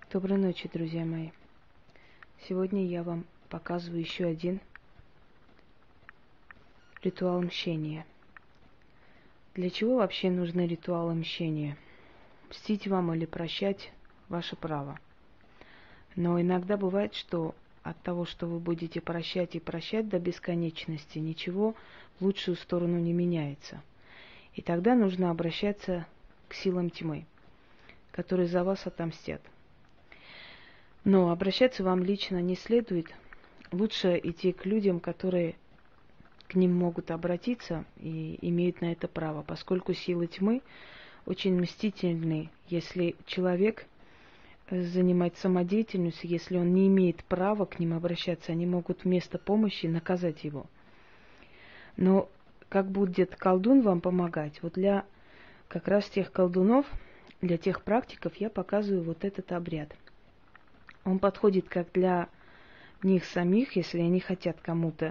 Доброй ночи, друзья мои. Сегодня я вам показываю еще один ритуал мщения. Для чего вообще нужны ритуалы мщения? Мстить вам или прощать – ваше право. Но иногда бывает, что от того, что вы будете прощать и прощать до бесконечности, ничего в лучшую сторону не меняется. И тогда нужно обращаться к силам тьмы, которые за вас отомстят. Но обращаться вам лично не следует. Лучше идти к людям, которые к ним могут обратиться и имеют на это право, поскольку силы тьмы очень мстительны. Если человек занимает самодеятельностью, если он не имеет права к ним обращаться, они могут вместо помощи наказать его. Но как будет колдун вам помогать? Вот для как раз тех колдунов, для тех практиков я показываю вот этот обряд. Он подходит как для них самих, если они хотят кому-то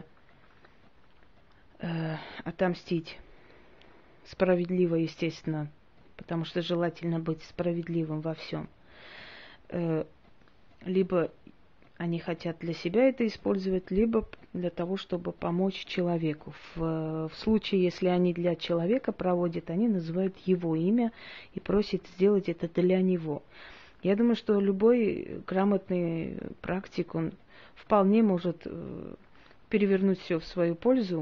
отомстить справедливо, естественно, потому что желательно быть справедливым во всем. Либо они хотят для себя это использовать, либо для того, чтобы помочь человеку. В случае, если они для человека проводят, они называют его имя и просят сделать это для него. Я думаю, что любой грамотный практик, он вполне может перевернуть все в свою пользу,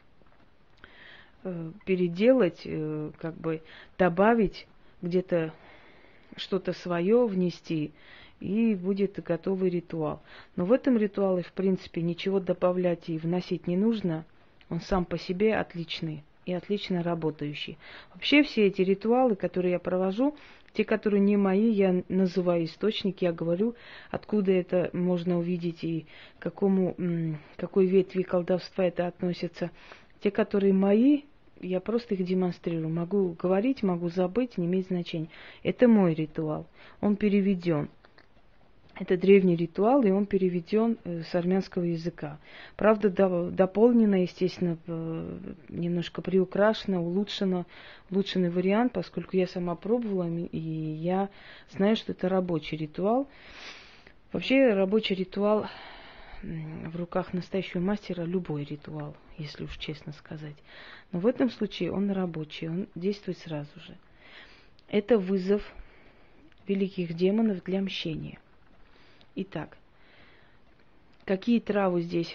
переделать, как бы добавить где-то что-то свое, внести, и будет готовый ритуал. Но в этом ритуале, в принципе, ничего добавлять и вносить не нужно. Он сам по себе отличный и отлично работающий. Вообще все эти ритуалы, которые я провожу, те, которые не мои, я называю источник, я говорю, откуда это можно увидеть и какой ветви колдовства это относится. Те, которые мои, я просто их демонстрирую. Могу говорить, могу забыть, не имеет значения. Это мой ритуал. Он переведен. Это древний ритуал, и он переведен с армянского языка. Правда, дополнено, естественно, немножко приукрашено, улучшенный вариант, поскольку я сама пробовала, и я знаю, что это рабочий ритуал. Вообще, рабочий ритуал в руках настоящего мастера, любой ритуал, если уж честно сказать. Но в этом случае он рабочий, он действует сразу же. Это вызов великих демонов для мщения. Итак, какие травы здесь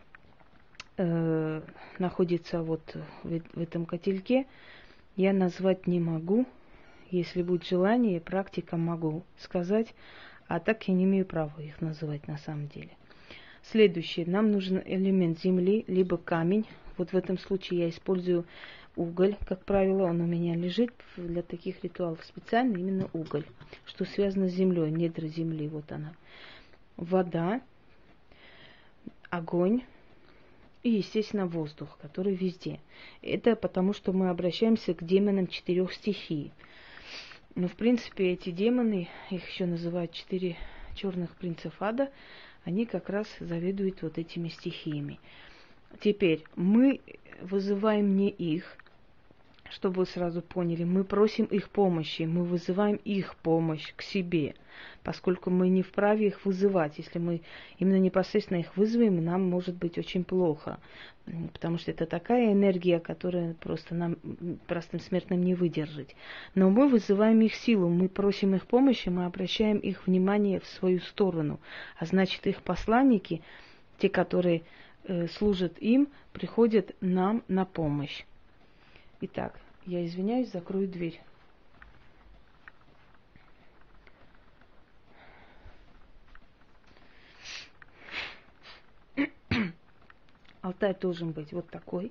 находятся вот в этом котелке, я назвать не могу. Если будет желание, практика могу сказать, а так я не имею права их называть на самом деле. Следующее. Нам нужен элемент земли, либо камень. Вот в этом случае я использую уголь. Как правило, он у меня лежит для таких ритуалов специально, именно уголь, что связано с землей, недра земли, вот она. Вода, огонь и, естественно, воздух, который везде. Это потому, что мы обращаемся к демонам 4 стихий. Но, в принципе, эти демоны, их еще называют 4 черных принцев ада, они как раз заведуют вот этими стихиями. Теперь мы вызываем не их, чтобы вы сразу поняли, мы просим их помощи, мы вызываем их помощь к себе, поскольку мы не вправе их вызывать. Если мы именно непосредственно их вызовем, нам может быть очень плохо, потому что это такая энергия, которая просто нам, простым смертным, не выдержать. Но мы вызываем их силу, мы просим их помощи, мы обращаем их внимание в свою сторону, а значит их посланники, те, которые служат им, приходят нам на помощь. Итак, я извиняюсь, закрою дверь. Алтарь должен быть вот такой.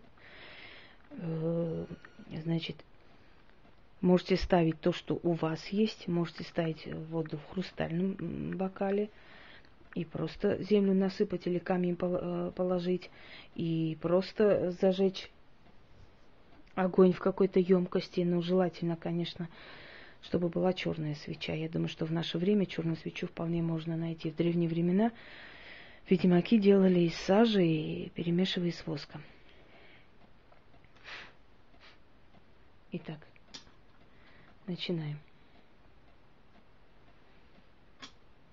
Значит, можете ставить то, что у вас есть. Можете ставить воду в хрустальном бокале. И просто землю насыпать или камень положить. И просто зажечь огонь в какой-то емкости, но желательно, конечно, чтобы была черная свеча. Я думаю, что в наше время черную свечу вполне можно найти. В древние времена ведьмаки делали из сажи и перемешивая с воском. Итак, начинаем.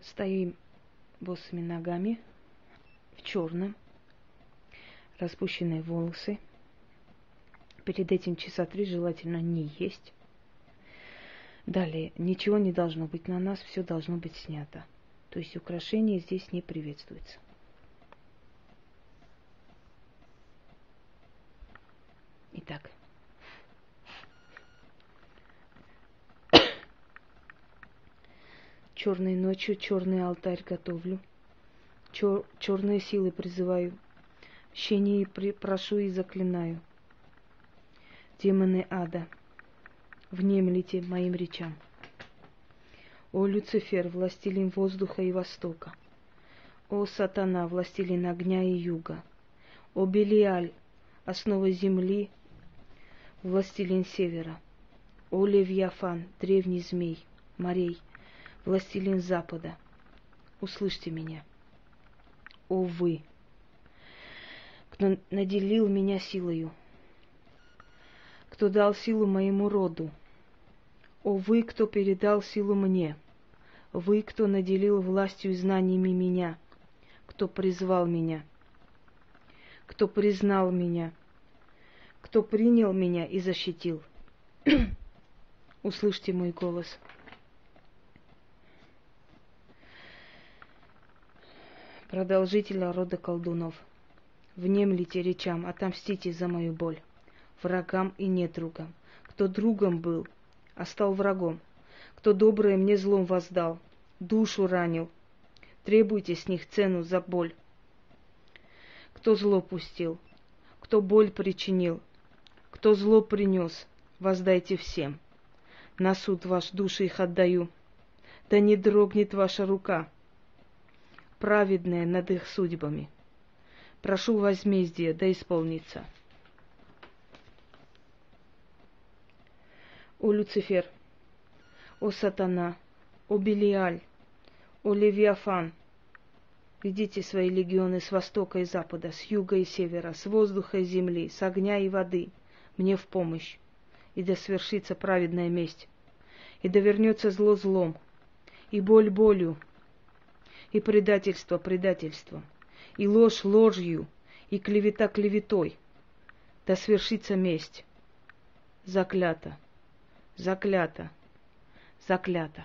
Стоим босыми ногами, в черном, распущенные волосы. Перед этим часа 3 желательно не есть. Далее, ничего не должно быть на нас, все должно быть снято. То есть украшения здесь не приветствуются. Итак. Черной ночью черный алтарь готовлю. Черные силы призываю. Мщение прошу и заклинаю. Демоны ада, внемлите моим речам. О Люцифер, властелин воздуха и востока. О Сатана, властелин огня и юга. О Белиаль, основа земли, властелин севера. О Левьяфан, древний змей морей, властелин запада. Услышьте меня. О вы, кто наделил меня силою, кто дал силу моему роду. О вы, кто передал силу мне, вы, кто наделил властью и знаниями меня, кто призвал меня, кто признал меня, кто принял меня и защитил. Услышьте мой голос. Продолжителя рода колдунов, внемлите речам, отомстите за мою боль, врагам и недругам. Кто другом был, а стал врагом, кто доброе мне злом воздал, душу ранил, требуйте с них цену за боль. Кто зло пустил, кто боль причинил, кто зло принес, воздайте всем. На суд ваш души их отдаю, да не дрогнет ваша рука, праведная над их судьбами. Прошу возмездия, да исполнится. О Люцифер, о Сатана, о Белиаль, о Левиафан, ведите свои легионы с востока и запада, с юга и севера, с воздуха и земли, с огня и воды, мне в помощь, и да свершится праведная месть, и да вернется зло злом, и боль болью, и предательство предательством, и ложь ложью, и клевета клеветой, да свершится месть. Заклято. Заклято, заклято.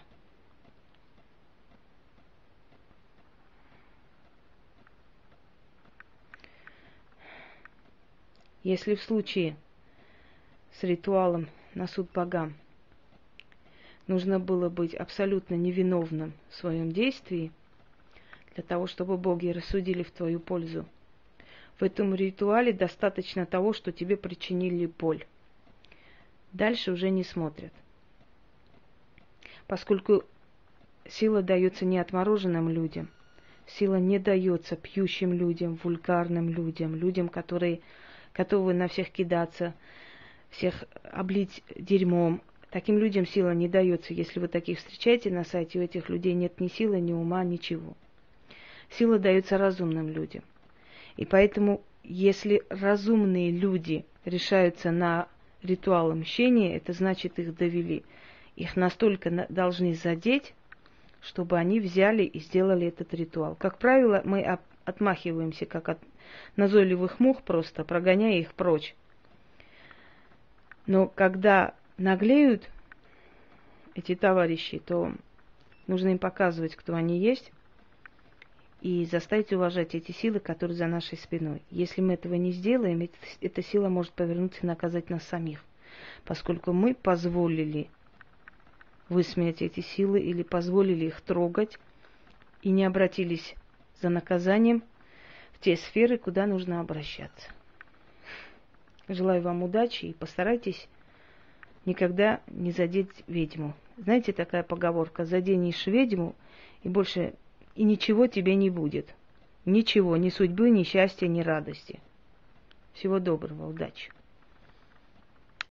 Если в случае с ритуалом на суд богам нужно было быть абсолютно невиновным в своем действии, для того, чтобы боги рассудили в твою пользу, в этом ритуале достаточно того, что тебе причинили боль. Дальше уже не смотрят. Поскольку сила дается не отмороженным людям, сила не дается пьющим людям, вульгарным людям, людям, которые готовы на всех кидаться, всех облить дерьмом. Таким людям сила не дается. Если вы таких встречаете на сайте, у этих людей нет ни силы, ни ума, ничего. Сила дается разумным людям. И поэтому, если разумные люди решаются на ритуал мщения, это значит, их довели. Их настолько должны задеть, чтобы они взяли и сделали этот ритуал. Как правило, мы отмахиваемся, как от назойливых мух, просто прогоняя их прочь. Но когда наглеют эти товарищи, то нужно им показывать, кто они есть, и заставить уважать эти силы, которые за нашей спиной. Если мы этого не сделаем, эта сила может повернуться и наказать нас самих, поскольку мы позволили высмеять эти силы или позволили их трогать и не обратились за наказанием в те сферы, куда нужно обращаться. Желаю вам удачи и постарайтесь никогда не задеть ведьму. Знаете, такая поговорка: заденешь ведьму, и больше и ничего тебе не будет. Ничего, ни судьбы, ни счастья, ни радости. Всего доброго, удачи.